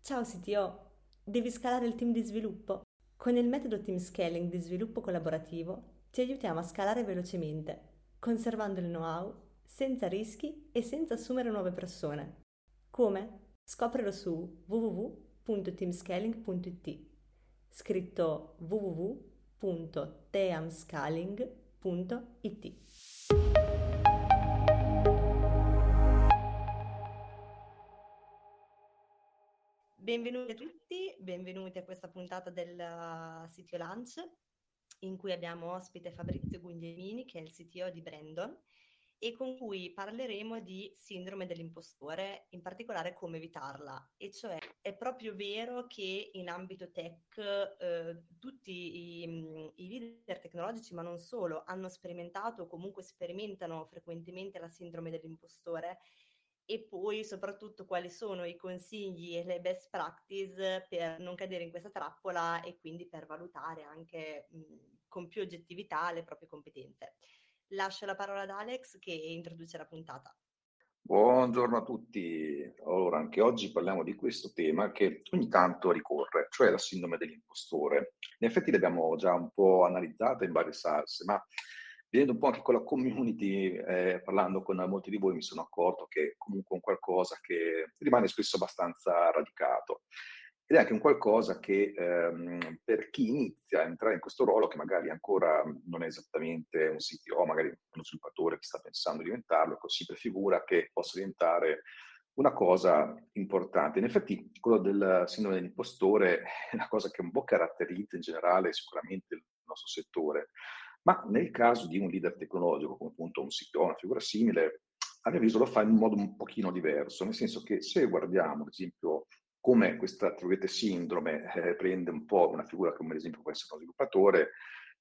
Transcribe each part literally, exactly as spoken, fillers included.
Ciao C T O, devi scalare il team di sviluppo? Con il metodo Team Scaling di sviluppo collaborativo ti aiutiamo a scalare velocemente, conservando il know-how, senza rischi e senza assumere nuove persone. Come? Scoprilo su w w w punto teamscaling punto i t, scritto w w w punto teamscaling punto i t. Benvenuti a tutti, benvenuti a questa puntata del uh, C T O Lunch in cui abbiamo ospite Fabrizio Guglielmini, che è il C T O di Brandon, e con cui parleremo di sindrome dell'impostore, in particolare come evitarla. E cioè è proprio vero che in ambito tech eh, tutti i, i leader tecnologici, ma non solo, hanno sperimentato o comunque sperimentano frequentemente la sindrome dell'impostore, e poi soprattutto quali sono i consigli e le best practice per non cadere in questa trappola e quindi per valutare anche mh, con più oggettività le proprie competenze. Lascio la parola ad Alex che introduce la puntata. Buongiorno a tutti. Allora, anche oggi parliamo di questo tema che ogni tanto ricorre, cioè la sindrome dell'impostore. In effetti l'abbiamo già un po' analizzata in varie salse, ma vedendo un po' anche con la community, eh, parlando con molti di voi, mi sono accorto che è comunque un qualcosa che rimane spesso abbastanza radicato. Ed è anche un qualcosa che ehm, per chi inizia a entrare in questo ruolo, che magari ancora non è esattamente un C T O, magari uno sviluppatore che sta pensando di diventarlo, così prefigura che possa diventare una cosa importante. In effetti, quello del sindrome dell'impostore è una cosa che un po' caratterizza in generale sicuramente il nostro settore, ma nel caso di un leader tecnologico, come appunto un C T O, una figura simile, a mio avviso lo fa in un modo un pochino diverso, nel senso che se guardiamo, ad esempio, come questa, tra virgolette, sindrome eh, prende un po' una figura come ad esempio può essere uno sviluppatore,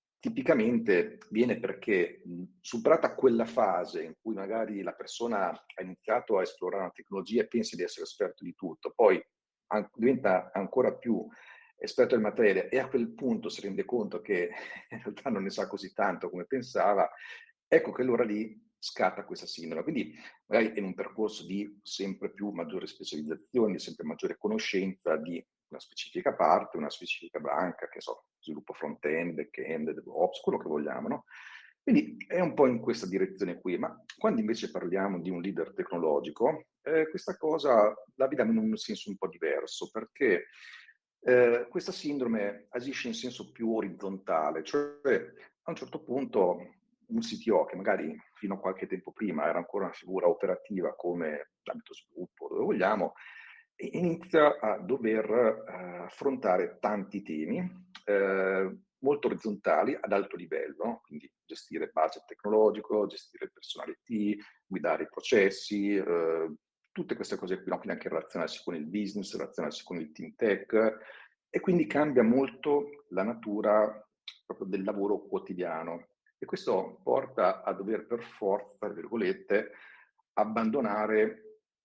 tipicamente viene perché mh, superata quella fase in cui magari la persona ha iniziato a esplorare una tecnologia e pensa di essere esperto di tutto, poi an- diventa ancora più esperto in materia e a quel punto si rende conto che in realtà non ne sa così tanto come pensava, ecco che allora lì scatta questa sindrome. Quindi magari in un percorso di sempre più maggiore specializzazione, di sempre maggiore conoscenza di una specifica parte, una specifica branca, che so, sviluppo front-end, back-end, DevOps, quello che vogliamo, no? Quindi è un po' in questa direzione qui, ma quando invece parliamo di un leader tecnologico, eh, questa cosa la vediamo in un senso un po' diverso, perché eh, questa sindrome agisce in senso più orizzontale, cioè a un certo punto un C T O che magari fino a qualche tempo prima era ancora una figura operativa come l'ambito sviluppo, dove vogliamo, inizia a dover eh, affrontare tanti temi eh, molto orizzontali ad alto livello, quindi gestire budget tecnologico, gestire il personale I T, guidare i processi, eh, tutte queste cose qui, no? Quindi anche relazionarsi con il business, relazionarsi con il team tech, e quindi cambia molto la natura proprio del lavoro quotidiano. E questo porta a dover per forza, tra virgolette, abbandonare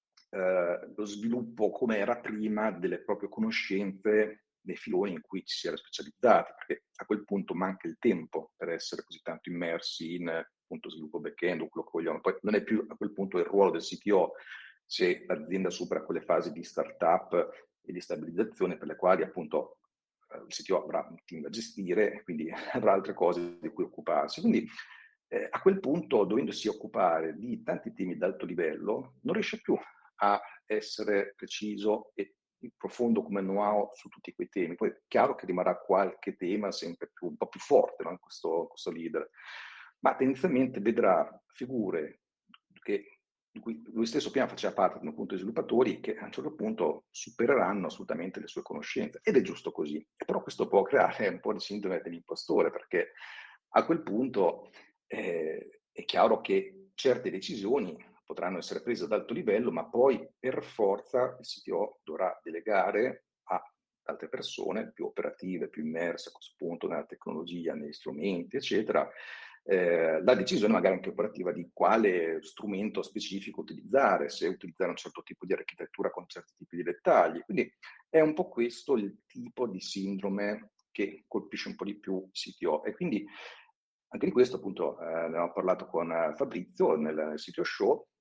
eh, lo sviluppo come era prima delle proprie conoscenze nei filoni in cui ci si era specializzati, perché a quel punto manca il tempo per essere così tanto immersi in appunto sviluppo back-end o quello che vogliamo. Poi non è più a quel punto il ruolo del C T O se l'azienda supera quelle fasi di startup e di stabilizzazione per le quali appunto il C T O avrà un team da gestire, quindi avrà altre cose di cui occuparsi. Quindi eh, a quel punto, dovendosi occupare di tanti temi d'alto livello, non riesce più a essere preciso e profondo come know-how su tutti quei temi. Poi è chiaro che rimarrà qualche tema sempre più, un po' più forte, no? questo, questo leader, ma tendenzialmente vedrà figure che di cui lui stesso prima faceva parte di un punto di sviluppatori che a un certo punto supereranno assolutamente le sue conoscenze, ed è giusto così. E però questo può creare un po' di sindrome dell'impostore, perché a quel punto eh, è chiaro che certe decisioni potranno essere prese ad alto livello, ma poi per forza il C T O dovrà delegare a altre persone più operative, più immerse a questo punto nella tecnologia, negli strumenti, eccetera, eh, la decisione magari anche operativa di quale strumento specifico utilizzare, se utilizzare un certo tipo di architettura con certi tipi di dettagli. Quindi è un po' questo il tipo di sindrome che colpisce un po' di più il C T O. E quindi anche di questo appunto eh, ne abbiamo parlato con eh, Fabrizio nel, nel C T O Show,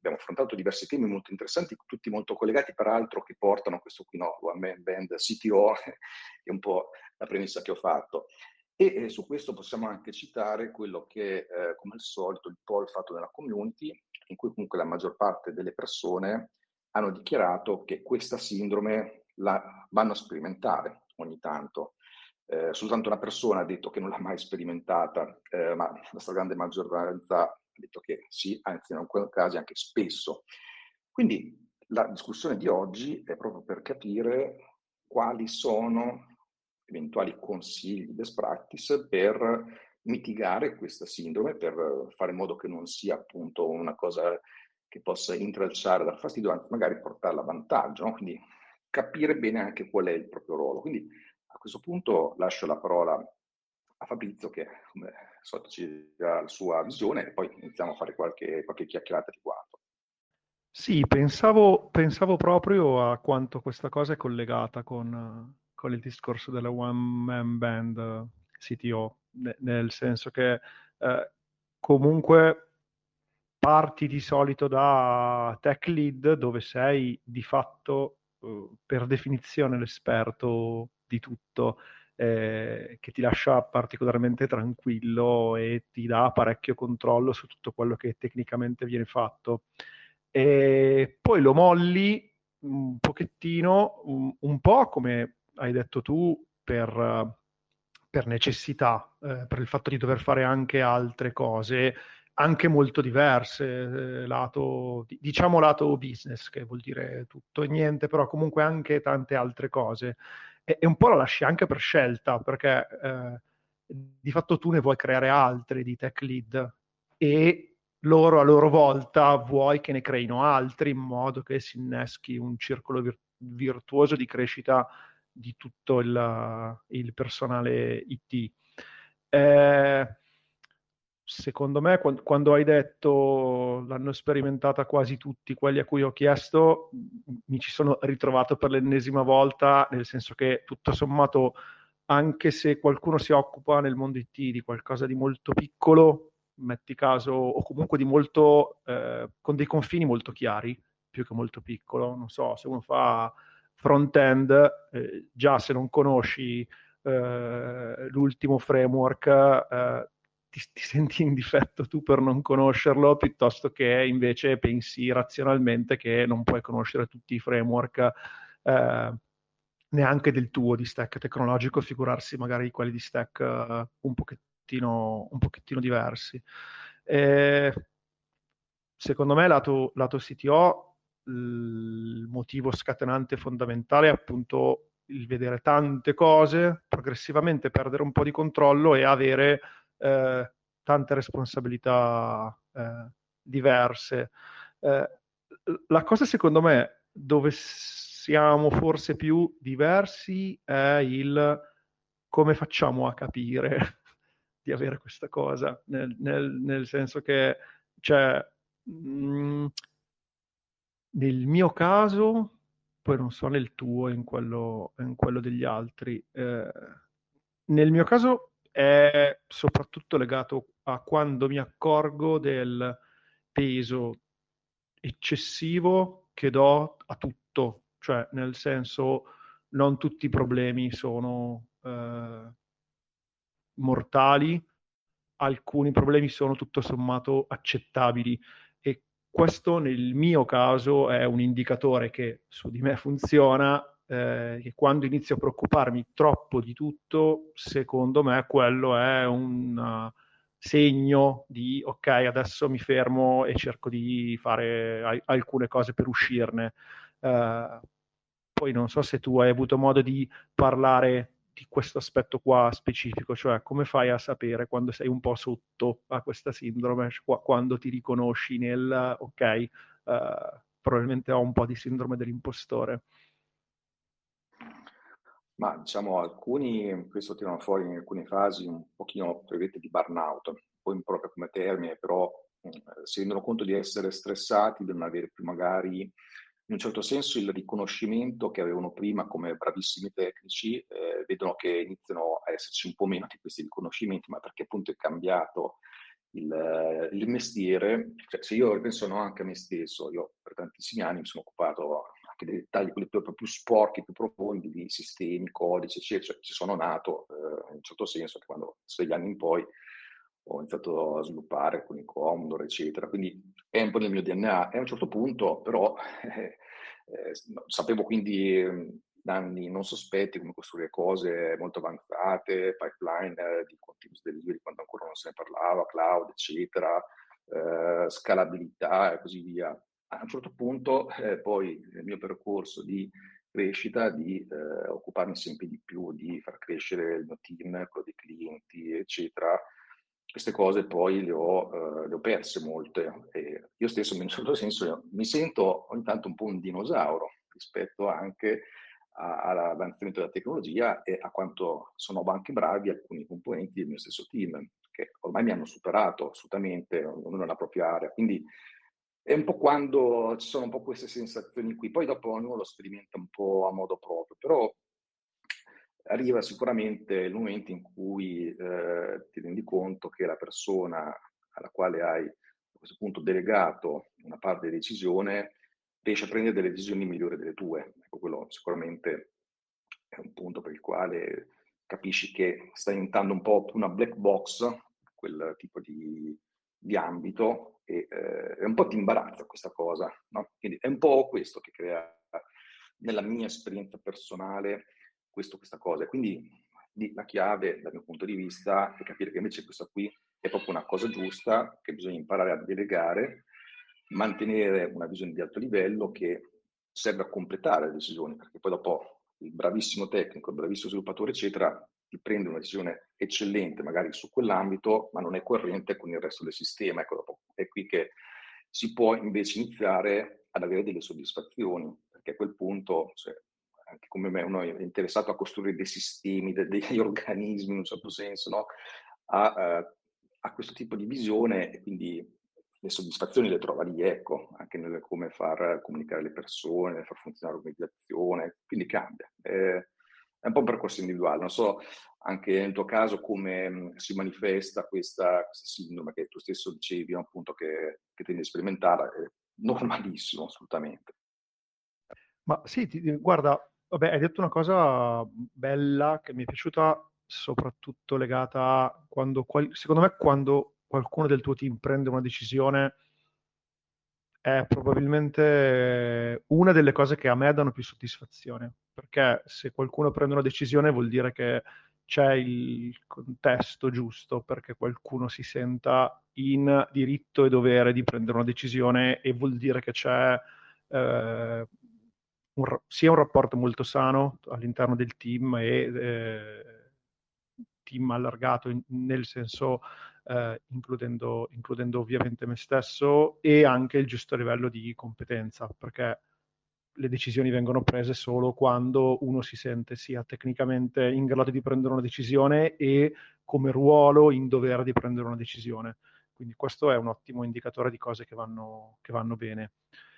abbiamo affrontato diversi temi molto interessanti, tutti molto collegati, peraltro, che portano questo qui, no, One Man Band C T O, che è un po' la premessa che ho fatto. E eh, su questo possiamo anche citare quello che, eh, come al solito, il poll fatto nella community, in cui comunque la maggior parte delle persone hanno dichiarato che questa sindrome la vanno a sperimentare ogni tanto. Eh, soltanto una persona ha detto che non l'ha mai sperimentata, eh, ma la stragrande maggioranza ha detto che sì, anzi in alcuni casi anche spesso. Quindi la discussione di oggi è proprio per capire quali sono eventuali consigli, best practice per mitigare questa sindrome, per fare in modo che non sia appunto una cosa che possa intralciare dal fastidio, anzi magari portarla a vantaggio, no? Quindi capire bene anche qual è il proprio ruolo. Quindi a questo punto lascio la parola a Fabrizio che, come al solito, ci dà la sua visione e poi iniziamo a fare qualche, qualche chiacchierata di riguardo. Sì, pensavo, pensavo proprio a quanto questa cosa è collegata con, con il discorso della One Man Band eh, C T O, ne- nel senso che eh, comunque parti di solito da tech lead dove sei di fatto eh, per definizione l'esperto di tutto, eh, che ti lascia particolarmente tranquillo e ti dà parecchio controllo su tutto quello che tecnicamente viene fatto. E poi lo molli un pochettino, un, un po' come hai detto tu, per, eh, per necessità, eh, per il fatto di dover fare anche altre cose, anche molto diverse, eh, lato, diciamo lato business, che vuol dire tutto e niente, però comunque anche tante altre cose. E, e un po' la lasci anche per scelta, perché eh, di fatto tu ne vuoi creare altri di tech lead e loro a loro volta vuoi che ne creino altri in modo che si inneschi un circolo vir- virtuoso di crescita di tutto il, il personale I T. Eh, secondo me, quando, quando hai detto l'hanno sperimentata quasi tutti quelli a cui ho chiesto, mi ci sono ritrovato per l'ennesima volta, nel senso che tutto sommato, anche se qualcuno si occupa nel mondo I T di qualcosa di molto piccolo, metti caso, o comunque di molto, eh, con dei confini molto chiari, più che molto piccolo, non so, se uno fa front-end, eh, già se non conosci eh, l'ultimo framework, eh, ti, ti senti in difetto tu per non conoscerlo, piuttosto che invece pensi razionalmente che non puoi conoscere tutti i framework eh, neanche del tuo di stack tecnologico, figurarsi magari quelli di stack eh, un pochettino, un pochettino diversi. E, secondo me, lato, lato C T O, il motivo scatenante fondamentale è appunto il vedere tante cose, progressivamente perdere un po' di controllo e avere eh, tante responsabilità eh, diverse. Eh, la cosa, secondo me, dove siamo forse più diversi è il come facciamo a capire di avere questa cosa, nel, nel, nel senso che, cioè, mh, nel mio caso, poi non so nel tuo, in quello, in quello degli altri, eh, nel mio caso è soprattutto legato a quando mi accorgo del peso eccessivo che do a tutto, cioè nel senso non tutti i problemi sono eh, mortali, alcuni problemi sono tutto sommato accettabili e questo nel mio caso è un indicatore che su di me funziona, eh, che quando inizio a preoccuparmi troppo di tutto, secondo me quello è un uh, segno di ok, adesso mi fermo e cerco di fare a- alcune cose per uscirne. Uh, poi non so se tu hai avuto modo di parlare di questo aspetto qua specifico, cioè come fai a sapere quando sei un po' sotto a questa sindrome, cioè, quando ti riconosci nel ok, eh, probabilmente ho un po' di sindrome dell'impostore. Ma diciamo, alcuni, questo tirano fuori in alcune fasi un pochino, tra virgolette, di burnout, poi improprio come termine, però mh, si rendono conto di essere stressati, di non avere più magari, in un certo senso, il riconoscimento che avevano prima come bravissimi tecnici, eh, vedono che iniziano a esserci un po' meno di questi riconoscimenti, ma perché appunto è cambiato il, il mestiere, cioè se io penso no, anche a me stesso, io per tantissimi anni mi sono occupato anche dei dettagli, quelli proprio più sporchi, più profondi, di sistemi, codici, eccetera, cioè, ci sono nato eh, in un certo senso, che quando sei anni in poi ho iniziato a sviluppare con i Commodore, eccetera, quindi è un po' nel mio D N A, e a un certo punto però eh, eh, sapevo quindi eh, da anni non sospetti come costruire cose molto avanzate, pipeline eh, di continuous delivery quando ancora non se ne parlava, cloud, eccetera, eh, scalabilità e così via. A un certo punto eh, poi nel mio percorso di crescita, di eh, occuparmi sempre di più, di far crescere il mio team, quello dei clienti, eccetera, queste cose poi le ho, eh, le ho perse molte. E io stesso, in un certo senso, mi sento ogni tanto un po' un dinosauro rispetto anche all'avanzamento della tecnologia e a quanto sono anche bravi alcuni componenti del mio stesso team, che ormai mi hanno superato assolutamente, ognuno nella propria area. Quindi è un po' quando ci sono un po' queste sensazioni qui. Poi dopo ognuno lo sperimenta un po' a modo proprio, però arriva sicuramente il momento in cui eh, ti rendi conto che la persona alla quale hai a questo punto delegato una parte di decisione riesce a prendere delle decisioni migliori delle tue. Ecco, quello sicuramente è un punto per il quale capisci che stai diventando un po' una black box, quel tipo di, di ambito, e eh, un po' ti imbarazza questa cosa, no? Quindi è un po' questo che crea, nella mia esperienza personale, questo, questa cosa. E quindi la chiave, dal mio punto di vista, è capire che invece questa qui è proprio una cosa giusta, che bisogna imparare a delegare, mantenere una visione di alto livello che serve a completare le decisioni, perché poi dopo il bravissimo tecnico, il bravissimo sviluppatore, eccetera, ti prende una decisione eccellente magari su quell'ambito, ma non è coerente con il resto del sistema. Ecco, dopo è qui che si può invece iniziare ad avere delle soddisfazioni, perché a quel punto, cioè, anche come me, uno è interessato a costruire dei sistemi, degli organismi in un certo senso, no? a, uh, a questo tipo di visione, e quindi le soddisfazioni le trova lì, ecco, anche nel come far comunicare le persone, far funzionare l'organizzazione, quindi cambia. Eh, è un po' un percorso individuale, non so anche nel tuo caso come mh, si manifesta questa, questa sindrome che tu stesso dicevi, no, appunto, che, che tendi a sperimentare, è normalissimo, assolutamente. Ma sì, ti, guarda, vabbè, hai detto una cosa bella che mi è piaciuta, soprattutto legata a quando, secondo me, quando qualcuno del tuo team prende una decisione, è probabilmente una delle cose che a me danno più soddisfazione, perché se qualcuno prende una decisione vuol dire che c'è il contesto giusto perché qualcuno si senta in diritto e dovere di prendere una decisione, e vuol dire che c'è eh, un, sia un rapporto molto sano all'interno del team e eh, team allargato in, nel senso eh, includendo, includendo ovviamente me stesso e anche il giusto livello di competenza, perché le decisioni vengono prese solo quando uno si sente sia tecnicamente in grado di prendere una decisione e come ruolo in dovere di prendere una decisione. Quindi questo è un ottimo indicatore di cose che vanno, che vanno bene.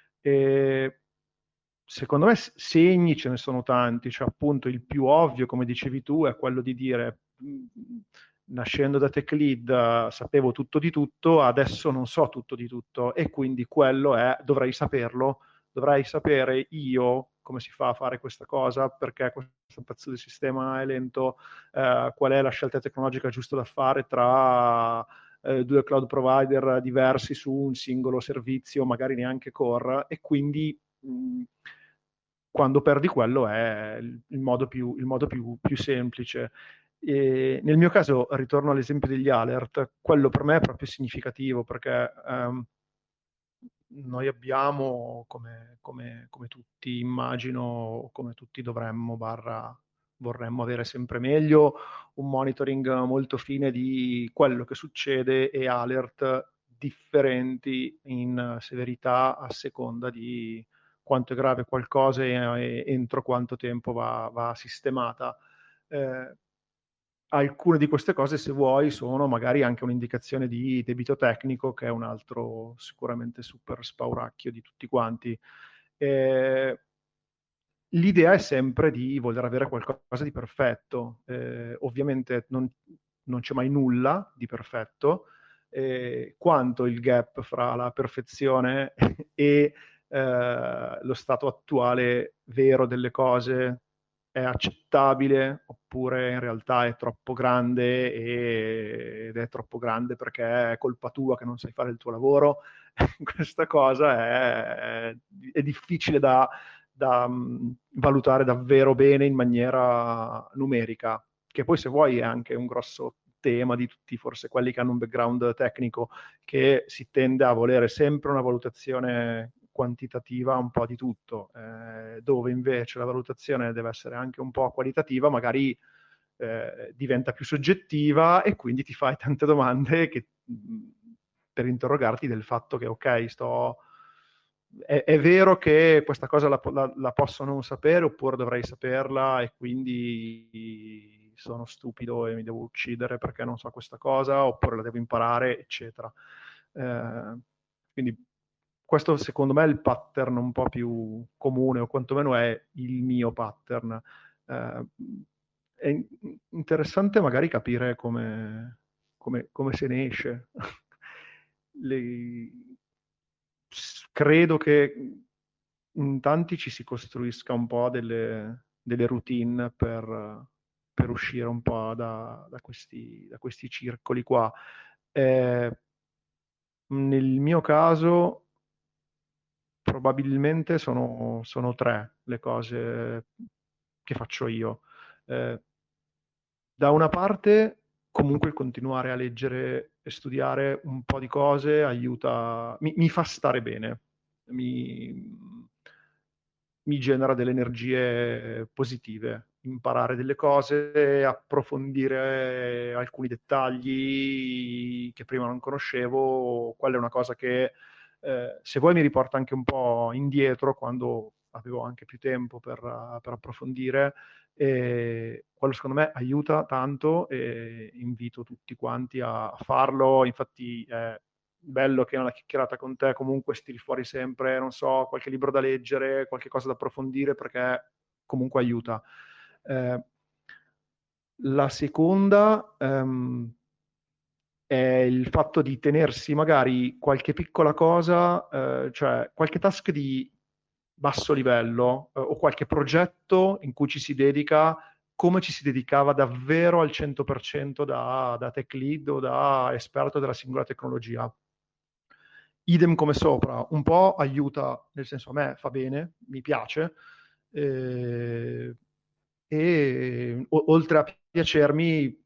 E secondo me segni ce ne sono tanti, cioè appunto il più ovvio, come dicevi tu, è quello di dire nascendo da tech lead uh, sapevo tutto di tutto, adesso non so tutto di tutto, e quindi quello è, dovrei saperlo, dovrei sapere io come si fa a fare questa cosa, perché questo pezzo di sistema è lento, uh, qual è la scelta tecnologica giusta da fare tra uh, due cloud provider diversi su un singolo servizio, magari neanche core, e quindi mh, quando perdi quello è il, il modo più, il modo più, più semplice. E nel mio caso, ritorno all'esempio degli alert, quello per me è proprio significativo, perché um, noi abbiamo, come, come, come tutti immagino, come tutti dovremmo, barra vorremmo avere sempre meglio, un monitoring molto fine di quello che succede e alert differenti in severità a seconda di quanto è grave qualcosa e, e entro quanto tempo va, va sistemata. Eh, alcune di queste cose, se vuoi, sono magari anche un'indicazione di debito tecnico, che è un altro sicuramente super spauracchio di tutti quanti. Eh, l'idea è sempre di voler avere qualcosa di perfetto. Eh, ovviamente non, non c'è mai nulla di perfetto, eh, quanto il gap fra la perfezione e eh, lo stato attuale vero delle cose è accettabile oppure in realtà è troppo grande e, ed è troppo grande perché è colpa tua che non sai fare il tuo lavoro. Questa cosa è, è difficile da, da um, valutare davvero bene in maniera numerica, che poi se vuoi è anche un grosso tema di tutti forse quelli che hanno un background tecnico, che si tende a volere sempre una valutazione quantitativa un po' di tutto, eh, dove invece la valutazione deve essere anche un po' qualitativa, magari eh, diventa più soggettiva e quindi ti fai tante domande che, per interrogarti del fatto che ok, sto... È, è vero che questa cosa la, la, la posso non sapere oppure dovrei saperla e quindi sono stupido e mi devo uccidere perché non so questa cosa oppure la devo imparare, eccetera. Eh, quindi questo secondo me è il pattern un po' più comune, o quantomeno è il mio pattern. Eh, è interessante magari capire come, come, come se ne esce. Le... Credo che in tanti ci si costruisca un po' delle, delle routine per, per uscire un po' da, da, questi, da questi circoli qua. Eh, nel mio caso probabilmente sono, sono tre le cose che faccio io. Eh, da una parte, comunque il continuare a leggere e studiare un po' di cose aiuta, mi, mi fa stare bene, mi, mi genera delle energie positive, imparare delle cose, approfondire alcuni dettagli che prima non conoscevo. Quella è una cosa che eh, se vuoi mi riporta anche un po' indietro, quando avevo anche più tempo per, per approfondire, e quello secondo me aiuta tanto e invito tutti quanti a, a farlo. Infatti è bello che nella chiacchierata con te comunque stiri fuori sempre, non so, qualche libro da leggere, qualche cosa da approfondire, perché comunque aiuta. Eh, la seconda ehm, è il fatto di tenersi magari qualche piccola cosa, eh, cioè qualche task di basso livello eh, o qualche progetto in cui ci si dedica come ci si dedicava davvero al cento per cento da, da tech lead o da esperto della singola tecnologia. Idem come sopra, un po' aiuta, nel senso a me fa bene, mi piace, eh, e o, oltre a piacermi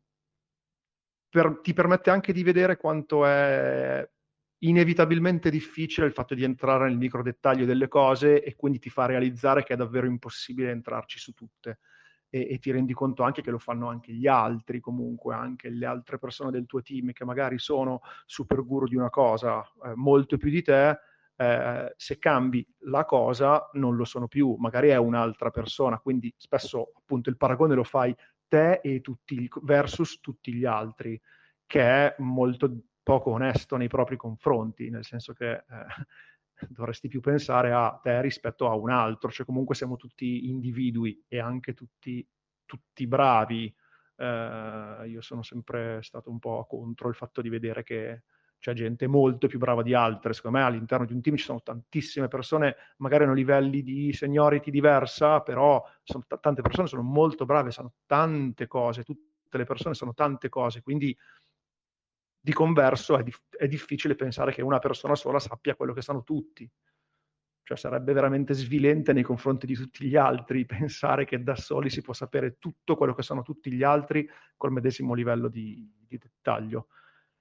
per, ti permette anche di vedere quanto è inevitabilmente difficile il fatto di entrare nel micro dettaglio delle cose e quindi ti fa realizzare che è davvero impossibile entrarci su tutte. E, e ti rendi conto anche che lo fanno anche gli altri, comunque anche le altre persone del tuo team che magari sono super guru di una cosa eh, molto più di te, eh, se cambi la cosa non lo sono più, magari è un'altra persona, quindi spesso appunto il paragone lo fai te e tutti versus tutti gli altri, che è molto poco onesto nei propri confronti, nel senso che eh, dovresti più pensare a te rispetto a un altro, cioè comunque siamo tutti individui e anche tutti, tutti bravi. Eh, io sono sempre stato un po' contro il fatto di vedere che c'è gente molto più brava di altre. Secondo me all'interno di un team ci sono tantissime persone, magari hanno livelli di seniority diversa, però sono t- tante persone sono molto brave, sanno tante cose, tutte le persone sanno tante cose, quindi di converso è, dif- è difficile pensare che una persona sola sappia quello che sanno tutti. Cioè sarebbe veramente svilente nei confronti di tutti gli altri pensare che da soli si può sapere tutto quello che sanno tutti gli altri col medesimo livello di, di dettaglio.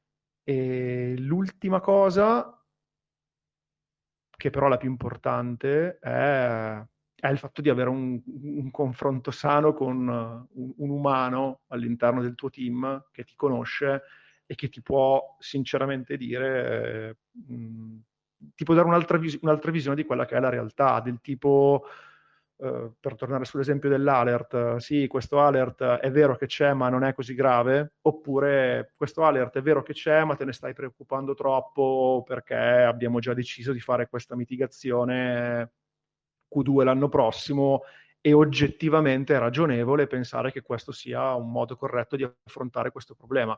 E l'ultima cosa, che però è la più importante, è, è il fatto di avere un, un confronto sano con un, un umano all'interno del tuo team che ti conosce e che ti può sinceramente dire, eh, mh, ti può dare un'altra, vis- un'altra visione di quella che è la realtà, del tipo... Uh, per tornare sull'esempio dell'alert, uh, sì, questo alert è vero che c'è ma non è così grave, oppure questo alert è vero che c'è ma te ne stai preoccupando troppo perché abbiamo già deciso di fare questa mitigazione Q due l'anno prossimo e oggettivamente è ragionevole pensare che questo sia un modo corretto di affrontare questo problema.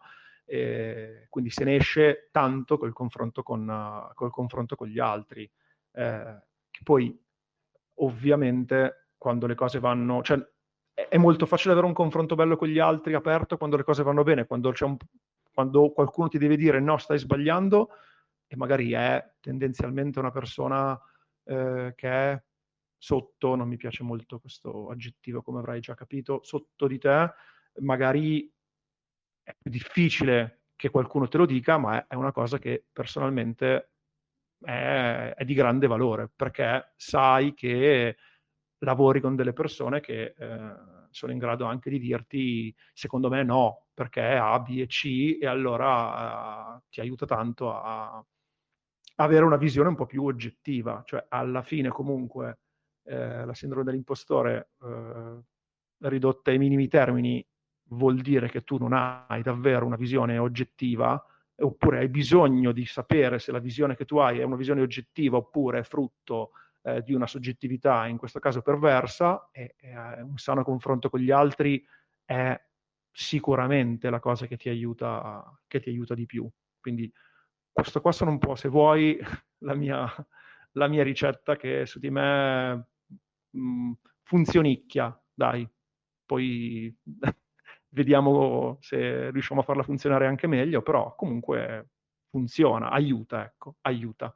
E quindi se ne esce tanto col confronto con, uh, col confronto con gli altri. Eh, che poi, ovviamente, quando le cose vanno... Cioè, è molto facile avere un confronto bello con gli altri, aperto, quando le cose vanno bene, quando, c'è un, quando qualcuno ti deve dire no, stai sbagliando, e magari è tendenzialmente una persona eh, che è sotto, non mi piace molto questo aggettivo, come avrai già capito, sotto di te, magari è più difficile che qualcuno te lo dica, ma è, è una cosa che personalmente è, è di grande valore, perché sai che lavori con delle persone che eh, sono in grado anche di dirti, secondo me no, perché A, B e C, e allora eh, ti aiuta tanto a avere una visione un po' più oggettiva. Cioè, alla fine, comunque, eh, la sindrome dell'impostore eh, ridotta ai minimi termini vuol dire che tu non hai davvero una visione oggettiva, oppure hai bisogno di sapere se la visione che tu hai è una visione oggettiva oppure è frutto eh, di una soggettività, in questo caso perversa, e, e eh, un sano confronto con gli altri è sicuramente la cosa che ti aiuta, che ti aiuta di più. Quindi questo qua sono un po', se vuoi, la mia, la mia ricetta che su di me mh, funzionicchia, dai. Poi vediamo se riusciamo a farla funzionare anche meglio, però comunque funziona, aiuta, ecco, aiuta.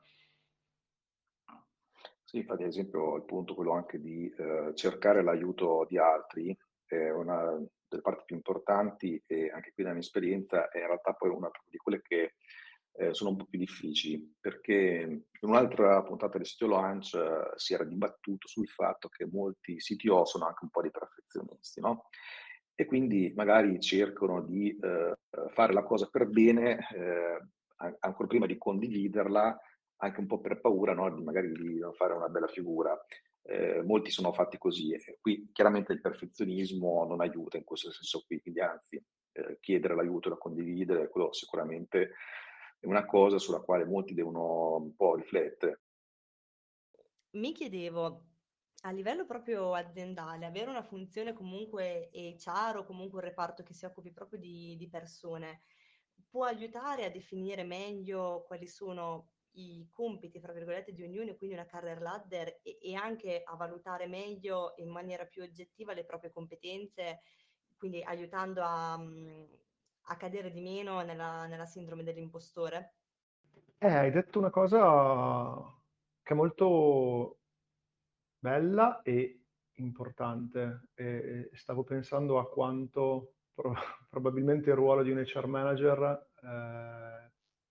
Sì, infatti, ad esempio, il punto quello anche di eh, cercare l'aiuto di altri è una delle parti più importanti, e anche qui nella mia esperienza è in realtà poi una di quelle che eh, sono un po' più difficili, perché in un'altra puntata di C T O Launch eh, si era dibattuto sul fatto che molti C T O sono anche un po' dei perfezionisti, no? E quindi magari cercano di eh, fare la cosa per bene, eh, an- ancora prima di condividerla, anche un po' per paura, no? Di magari di non fare una bella figura. Eh, molti sono fatti così, e qui chiaramente il perfezionismo non aiuta in questo senso qui, quindi anzi eh, chiedere l'aiuto da condividere, quello sicuramente è una cosa sulla quale molti devono un po' riflettere. Mi chiedevo, a livello proprio aziendale, avere una funzione comunque H R o comunque un reparto che si occupi proprio di, di persone può aiutare a definire meglio quali sono i compiti, fra virgolette, di ognuno, e quindi una career ladder, e, e anche a valutare meglio in maniera più oggettiva le proprie competenze, quindi aiutando a, mm, a cadere di meno nella, nella sindrome dell'impostore? Eh, hai detto una cosa che è molto bella e importante. E stavo pensando a quanto pro- probabilmente il ruolo di un H R manager eh,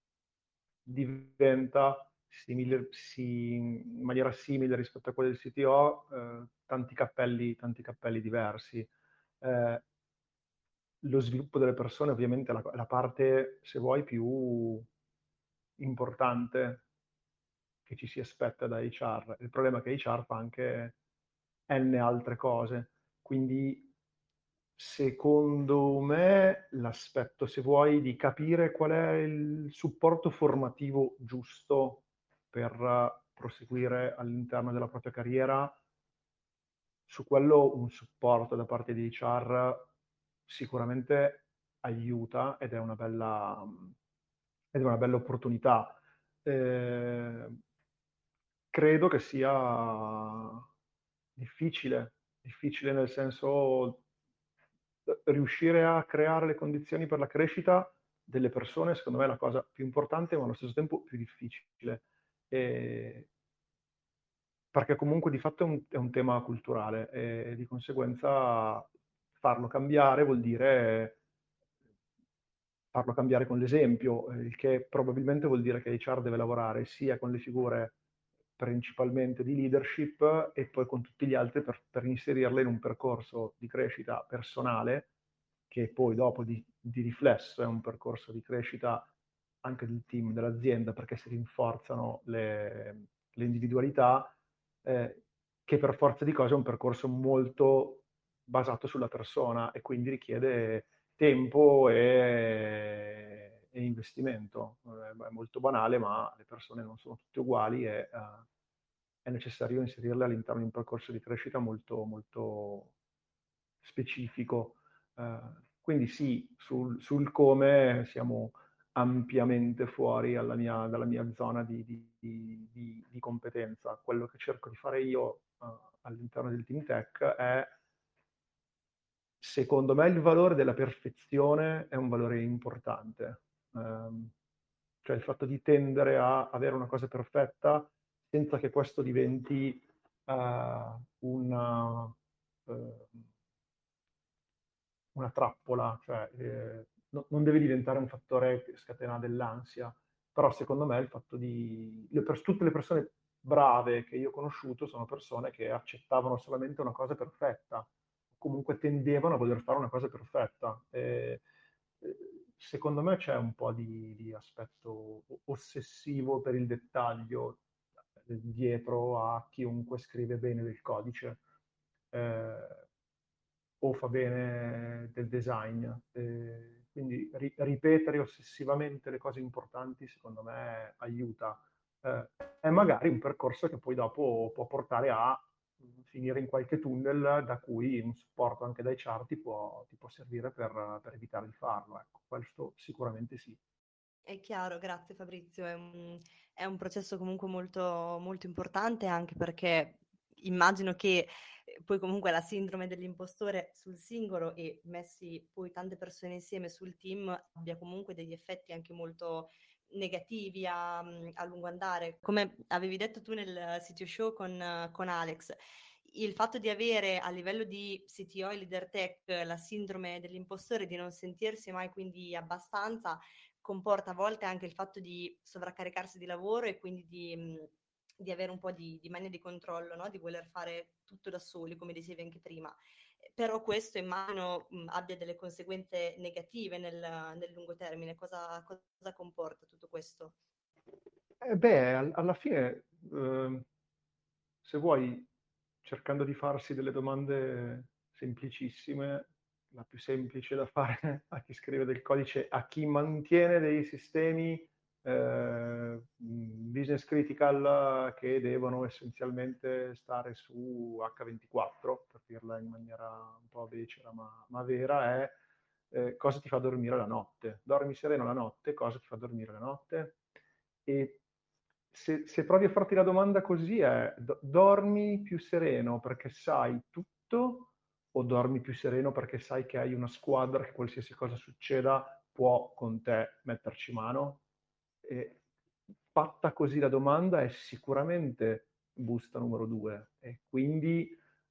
diventa simile, si- in maniera simile rispetto a quello del C T O, eh, tanti cappelli, tanti cappelli diversi. Eh, lo sviluppo delle persone ovviamente è la, la parte, se vuoi, più importante che ci si aspetta da H R. Il problema è che H R fa anche N altre cose. Quindi, secondo me, l'aspetto, se vuoi, di capire qual è il supporto formativo giusto per uh, proseguire all'interno della propria carriera, su quello un supporto da parte di H R sicuramente aiuta, ed è una bella, ed è una bella opportunità. Eh, credo che sia difficile, difficile nel senso eh, riuscire a creare le condizioni per la crescita delle persone, secondo me è la cosa più importante, ma allo stesso tempo più difficile. E- perché comunque di fatto è un, è un tema culturale, e di conseguenza farlo cambiare vuol dire farlo cambiare con l'esempio, eh, il che probabilmente vuol dire che H R deve lavorare sia con le figure principalmente di leadership e poi con tutti gli altri per, per inserirle in un percorso di crescita personale, che poi dopo di, di riflesso è un percorso di crescita anche del team, dell'azienda, perché si rinforzano le, le individualità, eh, che per forza di cose è un percorso molto basato sulla persona e quindi richiede tempo e, e investimento. Eh, È molto banale, ma le persone non sono tutte uguali, e uh, è necessario inserirle all'interno di un percorso di crescita molto, molto specifico. Uh, quindi sì, sul, sul come siamo ampiamente fuori alla mia, dalla mia zona di, di, di, di competenza. Quello che cerco di fare io uh, all'interno del team tech è, secondo me, il valore della perfezione è un valore importante. Um, cioè il fatto di tendere a avere una cosa perfetta senza che questo diventi uh, una, uh, una trappola, cioè eh, no, non deve diventare un fattore che scatena dell'ansia, però secondo me il fatto di... Le, per, tutte le persone brave che io ho conosciuto sono persone che accettavano solamente una cosa perfetta, comunque tendevano a voler fare una cosa perfetta. E, eh, secondo me c'è un po' di, di aspetto ossessivo per il dettaglio dietro a chiunque scrive bene del codice. Eh, o fa bene del design. Eh, quindi ri- ripetere ossessivamente le cose importanti, secondo me, aiuta. Eh, è magari un percorso che poi dopo può portare a finire in qualche tunnel da cui un supporto anche dai chart ti può, ti può servire per, per evitare di farlo. Ecco, questo sicuramente sì. È chiaro, grazie Fabrizio, è un, è un processo comunque molto, molto importante anche perché immagino che eh, poi comunque la sindrome dell'impostore sul singolo e messi poi tante persone insieme sul team abbia comunque degli effetti anche molto negativi a, a lungo andare. Come avevi detto tu nel C T O Show con, con Alex, il fatto di avere a livello di C T O e leader tech la sindrome dell'impostore, di non sentirsi mai quindi abbastanza, comporta a volte anche il fatto di sovraccaricarsi di lavoro e quindi di, mh, di avere un po' di, di mania di controllo, no? Di voler fare tutto da soli, come dicevi anche prima. Però questo immagino mh, abbia delle conseguenze negative nel, nel lungo termine. Cosa, cosa comporta tutto questo? Eh beh, al- alla fine, eh, se vuoi, cercando di farsi delle domande semplicissime, la più semplice da fare a chi scrive del codice, a chi mantiene dei sistemi eh, business critical che devono essenzialmente stare su acca ventiquattro, per dirla in maniera un po' becera ma, ma vera, è eh, cosa ti fa dormire la notte. Dormi sereno la notte, cosa ti fa dormire la notte? E se, se provi a farti la domanda così è, do- dormi più sereno perché sai tutto o dormi più sereno perché sai che hai una squadra che qualsiasi cosa succeda può con te metterci mano? E fatta così la domanda è sicuramente busta numero due e quindi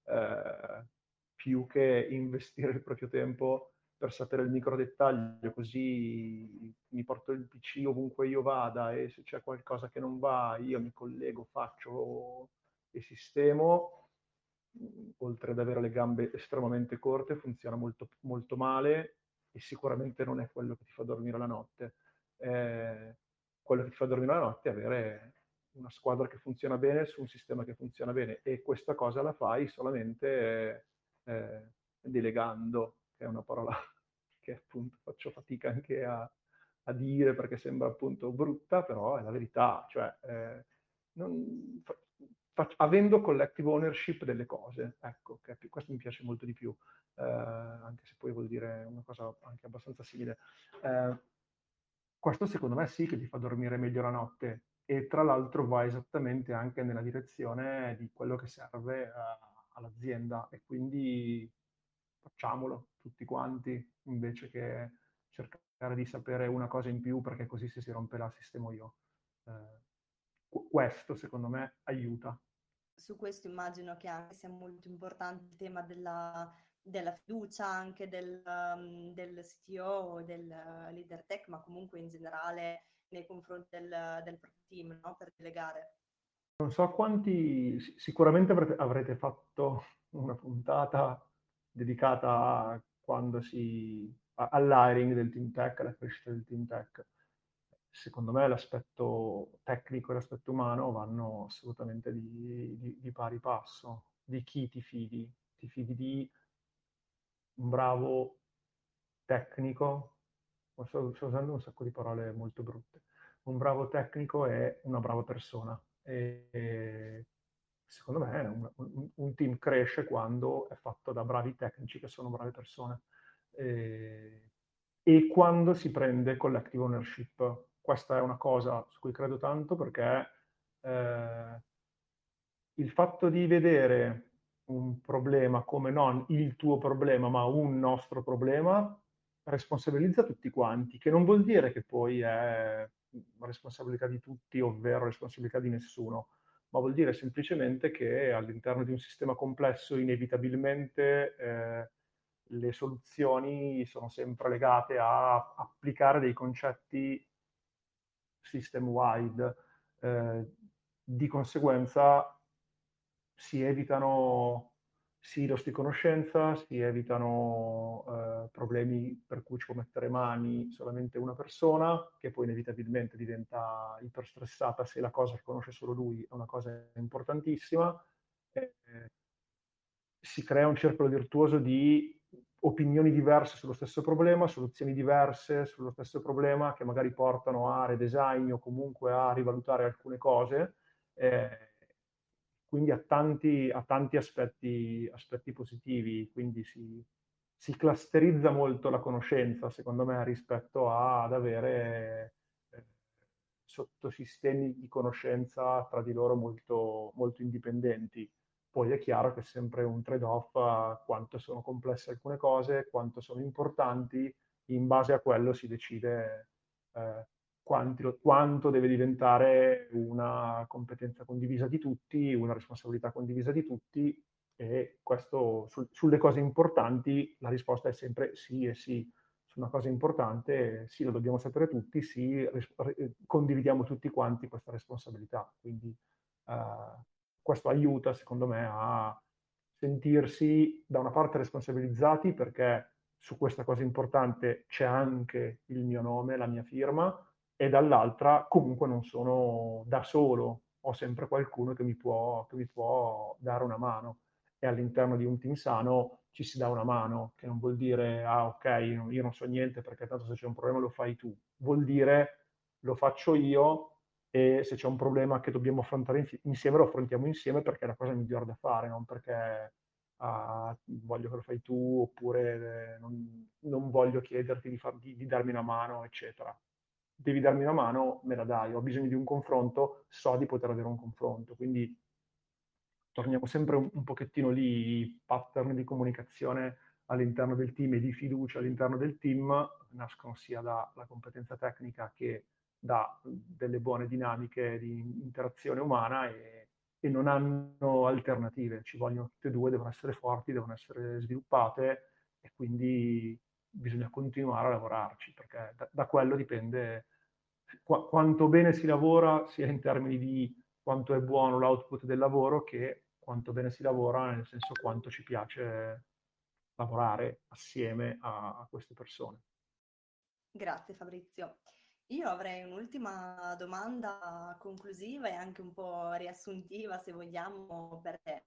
eh, più che investire il proprio tempo per sapere il micro dettaglio, così mi porto il P C ovunque io vada e se c'è qualcosa che non va io mi collego, faccio e sistemo, oltre ad avere le gambe estremamente corte, funziona molto, molto male e sicuramente non è quello che ti fa dormire la notte. Eh, quello che ti fa dormire la notte è avere una squadra che funziona bene su un sistema che funziona bene e questa cosa la fai solamente eh, delegando, che è una parola che appunto faccio fatica anche a, a dire perché sembra appunto brutta, però è la verità, cioè eh, non, fa, fa, avendo collective ownership delle cose, ecco, che questo mi piace molto di più, eh, anche se poi vuol dire una cosa anche abbastanza simile. Eh, questo secondo me sì che ti fa dormire meglio la notte e tra l'altro va esattamente anche nella direzione di quello che serve uh, all'azienda e quindi facciamolo tutti quanti invece che cercare di sapere una cosa in più perché così se si rompe la sistemo io. Uh, questo secondo me aiuta. Su questo immagino che anche sia molto importante il tema della, della fiducia anche del, um, del C T O, del uh, leader tech, ma comunque in generale nei confronti del, del proprio team, no? Per delegare. Non so quanti, sicuramente avrete, avrete fatto una puntata dedicata a quando si, a, all'hiring del team tech, alla crescita del team tech. Secondo me l'aspetto tecnico e l'aspetto umano vanno assolutamente di, di, di pari passo. Di chi ti fidi? Ti fidi di un bravo tecnico? Sto, sto usando un sacco di parole molto brutte. Un bravo tecnico è una brava persona. E, e secondo me un, un, un team cresce quando è fatto da bravi tecnici che sono brave persone. eh, e quando si prende collective ownership. Questa è una cosa su cui credo tanto, perché eh, il fatto di vedere un problema come non il tuo problema, ma un nostro problema, responsabilizza tutti quanti, che non vuol dire che poi è responsabilità di tutti, ovvero responsabilità di nessuno, ma vuol dire semplicemente che all'interno di un sistema complesso, inevitabilmente, eh, le soluzioni sono sempre legate a applicare dei concetti system-wide. Eh, di conseguenza si evitano silos di conoscenza, si evitano eh, problemi per cui ci può mettere mani solamente una persona, che poi inevitabilmente diventa iperstressata se la cosa che conosce solo lui è una cosa importantissima. Eh, si crea un circolo virtuoso di opinioni diverse sullo stesso problema, soluzioni diverse sullo stesso problema, che magari portano a redesign o comunque a rivalutare alcune cose, eh, quindi a tanti, a tanti aspetti, aspetti positivi, quindi si, si clusterizza molto la conoscenza, secondo me, rispetto a, ad avere eh, sottosistemi di conoscenza tra di loro molto, molto indipendenti. Poi è chiaro che è sempre un trade-off a quanto sono complesse alcune cose, quanto sono importanti, in base a quello si decide eh, quanti- quanto deve diventare una competenza condivisa di tutti, una responsabilità condivisa di tutti, e questo sul- sulle cose importanti la risposta è sempre sì e sì. Su una cosa importante sì, lo dobbiamo sapere tutti, sì, ris- eh, condividiamo tutti quanti questa responsabilità. Quindi eh, questo aiuta, secondo me, a sentirsi da una parte responsabilizzati, perché su questa cosa importante c'è anche il mio nome, la mia firma, e dall'altra comunque non sono da solo, ho sempre qualcuno che mi può, che mi può dare una mano, e all'interno di un team sano ci si dà una mano, che non vuol dire ah ok, io non so niente perché tanto se c'è un problema lo fai tu, vuol dire lo faccio io, e se c'è un problema che dobbiamo affrontare insieme lo affrontiamo insieme, perché è la cosa migliore da fare, non perché ah, voglio che lo fai tu, oppure eh, non, non voglio chiederti di, far, di, di darmi una mano, eccetera. Devi darmi una mano, me la dai, ho bisogno di un confronto, so di poter avere un confronto, quindi torniamo sempre un, un pochettino lì, i pattern di comunicazione all'interno del team e di fiducia all'interno del team nascono sia dalla competenza tecnica che da delle buone dinamiche di interazione umana, e, e non hanno alternative, ci vogliono tutte e due, devono essere forti, devono essere sviluppate, e quindi bisogna continuare a lavorarci, perché da, da quello dipende qu- quanto bene si lavora, sia in termini di quanto è buono l'output del lavoro, che quanto bene si lavora, nel senso quanto ci piace lavorare assieme a, a queste persone. Grazie Fabrizio. Io avrei un'ultima domanda conclusiva e anche un po' riassuntiva, se vogliamo, per te.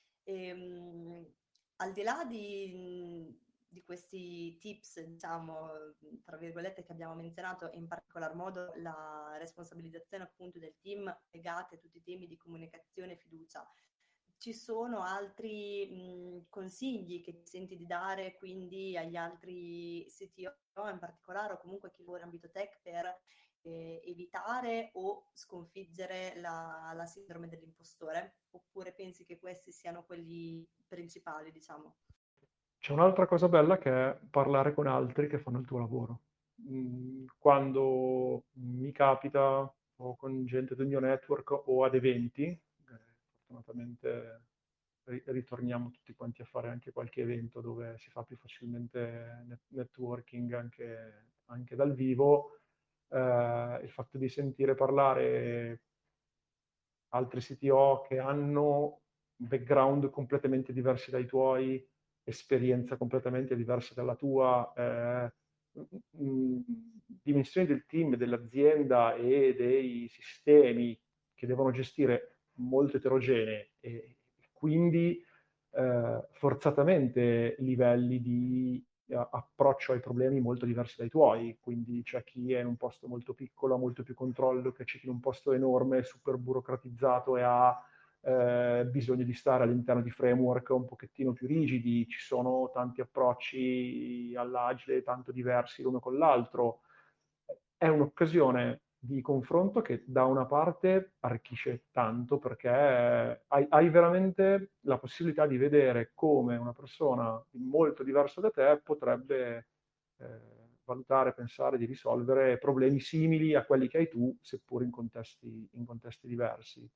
Ehm, Al di là di, di questi tips, diciamo, tra virgolette, che abbiamo menzionato, e in particolar modo la responsabilizzazione appunto del team legate a tutti i temi di comunicazione e fiducia, ci sono altri mh, consigli che ti senti di dare quindi agli altri C T O in particolare, o comunque chi lavora in ambito tech, per eh, evitare o sconfiggere la, la sindrome dell'impostore? Oppure pensi che questi siano quelli principali, diciamo? C'è un'altra cosa bella, che è parlare con altri che fanno il tuo lavoro. Mm, Quando mi capita, o con gente del mio network o ad eventi, eh, fortunatamente ri- ritorniamo tutti quanti a fare anche qualche evento dove si fa più facilmente net- networking anche, anche dal vivo, eh, il fatto di sentire parlare altri C T O che hanno background completamente diversi dai tuoi, esperienza completamente diversa dalla tua, eh, mh, dimensioni del team, dell'azienda e dei sistemi che devono gestire molto eterogenee, e quindi eh, forzatamente livelli di a- approccio ai problemi molto diversi dai tuoi. Quindi c'è chi è in un posto molto piccolo, ha molto più controllo, che c'è chi in un posto enorme, super burocratizzato, e ha eh, bisogno di stare all'interno di framework un pochettino più rigidi, ci sono tanti approcci all'agile tanto diversi l'uno con l'altro. È un'occasione di confronto che da una parte arricchisce tanto perché hai, hai veramente la possibilità di vedere come una persona molto diversa da te potrebbe eh, valutare, pensare di risolvere problemi simili a quelli che hai tu, seppur in contesti, in contesti diversi.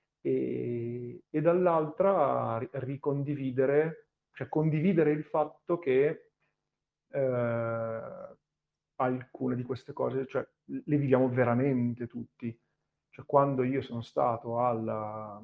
E, e dall'altra ri- ricondividere, cioè condividere il fatto che eh, alcune di queste cose, cioè, le viviamo veramente tutti. Cioè, quando io sono stato alla...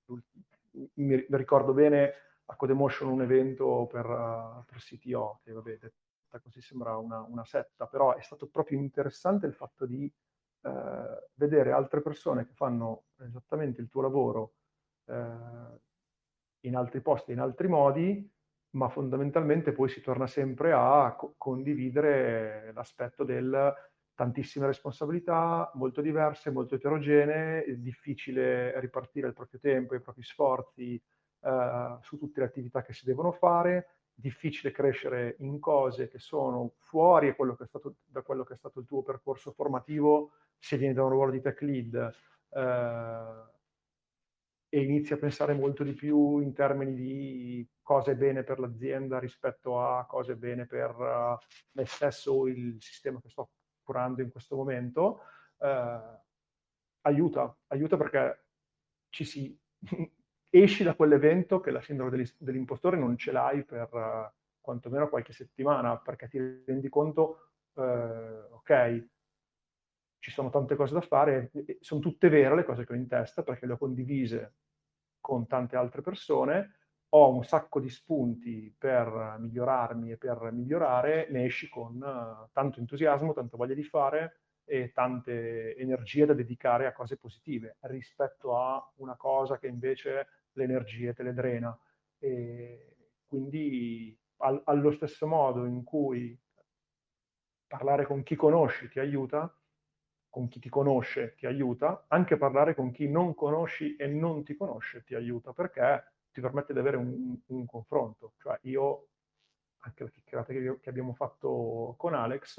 mi ricordo bene a Codemotion un evento per, uh, per C T O, che vabbè, detta così sembra una, una setta, però è stato proprio interessante il fatto di uh, vedere altre persone che fanno esattamente il tuo lavoro uh, in altri posti, in altri modi, ma fondamentalmente poi si torna sempre a co- condividere l'aspetto del tantissime responsabilità, molto diverse, molto eterogenee, è difficile ripartire il proprio tempo, i propri sforzi eh, su tutte le attività che si devono fare, difficile crescere in cose che sono fuori quello che è stato, da quello che è stato il tuo percorso formativo, se vieni da un ruolo di tech lead. Eh, e inizi a pensare molto di più in termini di cosa è bene per l'azienda rispetto a cosa è bene per uh, me stesso o il sistema che sto curando in questo momento, eh, aiuta, aiuta perché ci si esci da quell'evento che la sindrome dell'impostore non ce l'hai per uh, quantomeno qualche settimana, perché ti rendi conto, eh, ok, ci sono tante cose da fare, sono tutte vere le cose che ho in testa perché le ho condivise con tante altre persone, ho un sacco di spunti per migliorarmi e per migliorare, ne esci con uh, tanto entusiasmo, tanta voglia di fare e tante energie da dedicare a cose positive rispetto a una cosa che invece le energie te le drena. E quindi al, allo stesso modo in cui parlare con chi conosci ti aiuta, con chi ti conosce ti aiuta, anche parlare con chi non conosci e non ti conosce ti aiuta, perché ti permette di avere un, un confronto. Cioè io, anche la chiacchierata che, che abbiamo fatto con Alex,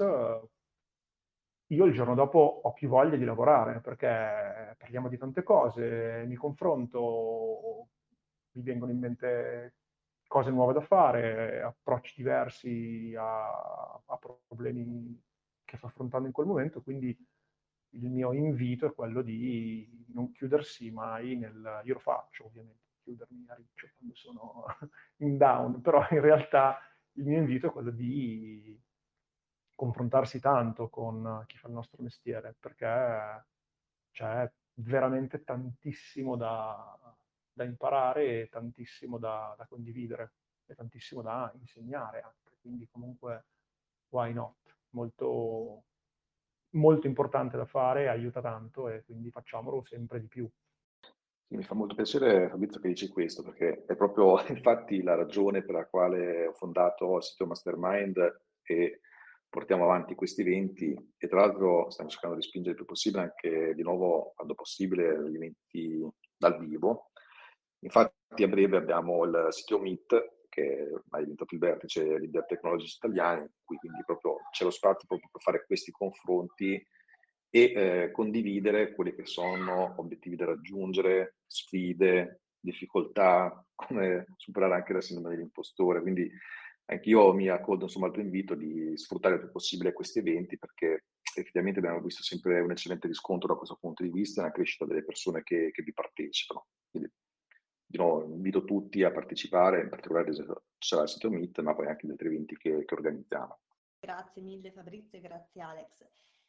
io il giorno dopo ho più voglia di lavorare, perché parliamo di tante cose, mi confronto, mi vengono in mente cose nuove da fare, approcci diversi a, a problemi che sto affrontando in quel momento, quindi il mio invito è quello di non chiudersi mai nel... Io lo faccio ovviamente, chiudermi a riccio quando sono in down, però in realtà il mio invito è quello di confrontarsi tanto con chi fa il nostro mestiere, perché c'è veramente tantissimo da, da imparare e tantissimo da, da condividere e tantissimo da insegnare anche, quindi comunque why not? Molto, molto importante da fare, aiuta tanto e quindi facciamolo sempre di più. Sì, mi fa molto piacere, Fabrizio, che dici questo, perché è proprio infatti la ragione per la quale ho fondato il sito Mastermind e portiamo avanti questi eventi e tra l'altro stiamo cercando di spingere il più possibile anche di nuovo, quando possibile, gli eventi dal vivo. Infatti a breve abbiamo il sito Meet, che ormai è diventato il vertice dei Leader Technologies italiani, in cui quindi proprio c'è lo spazio proprio per fare questi confronti e eh, condividere quelli che sono obiettivi da raggiungere, sfide, difficoltà, come superare anche la sindrome dell'impostore. Quindi anch'io mi accodo insomma al tuo invito di sfruttare il più possibile questi eventi perché effettivamente abbiamo visto sempre un eccellente riscontro da questo punto di vista e una crescita delle persone che, che vi partecipano. Quindi di nuovo invito tutti a partecipare, in particolare ci sarà il sito Meet, ma poi anche gli altri eventi che, che organizziamo. Grazie mille Fabrizio e grazie Alex.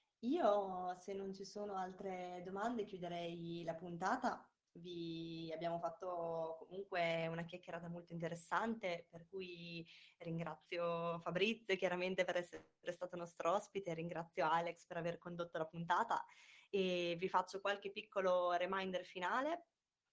Io, se non ci sono altre domande, chiuderei la puntata. Vi abbiamo fatto comunque una chiacchierata molto interessante, per cui ringrazio Fabrizio chiaramente per essere stato nostro ospite, ringrazio Alex per aver condotto la puntata e vi faccio qualche piccolo reminder finale.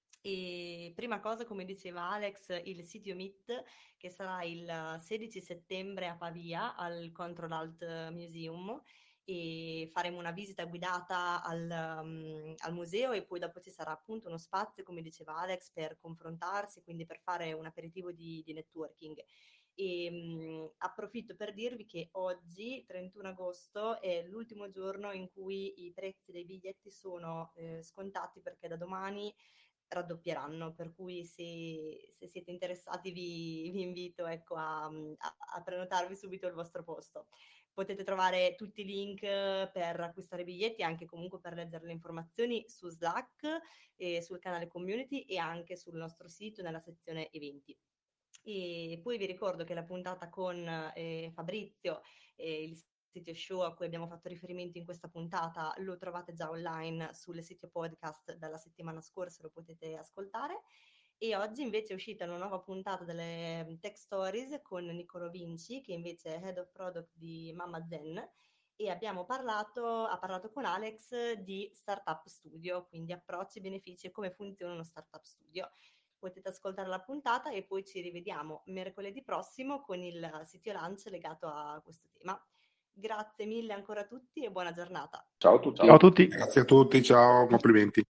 E prima cosa, come diceva Alex, il sito Meet che sarà il sedici settembre a Pavia al Control Alt Museum e faremo una visita guidata al, um, al museo e poi dopo ci sarà appunto uno spazio, come diceva Alex, per confrontarsi, quindi per fare un aperitivo di, di networking. E um, approfitto per dirvi che oggi, trentuno agosto, è l'ultimo giorno in cui i prezzi dei biglietti sono eh, scontati, perché da domani raddoppieranno, per cui se, se siete interessati vi, vi invito, ecco, a, a, a prenotarvi subito il vostro posto. Potete trovare tutti i link per acquistare biglietti, anche comunque per leggere le informazioni su Slack, e sul canale community e anche sul nostro sito nella sezione eventi. E poi vi ricordo che la puntata con eh, Fabrizio, eh, il sito show a cui abbiamo fatto riferimento in questa puntata, lo trovate già online sul sito podcast dalla settimana scorsa, lo potete ascoltare. E oggi invece è uscita una nuova puntata delle Tech Stories con Niccolò Vinci, che invece è Head of Product di Mamma Zen, e abbiamo parlato, ha parlato con Alex di Startup Studio, quindi approcci, benefici e come funziona uno Startup Studio. Potete ascoltare la puntata e poi ci rivediamo mercoledì prossimo con il sito Lunch legato a questo tema. Grazie mille ancora a tutti e buona giornata. Ciao a tutti. Ciao a tutti. Grazie a tutti, ciao, complimenti.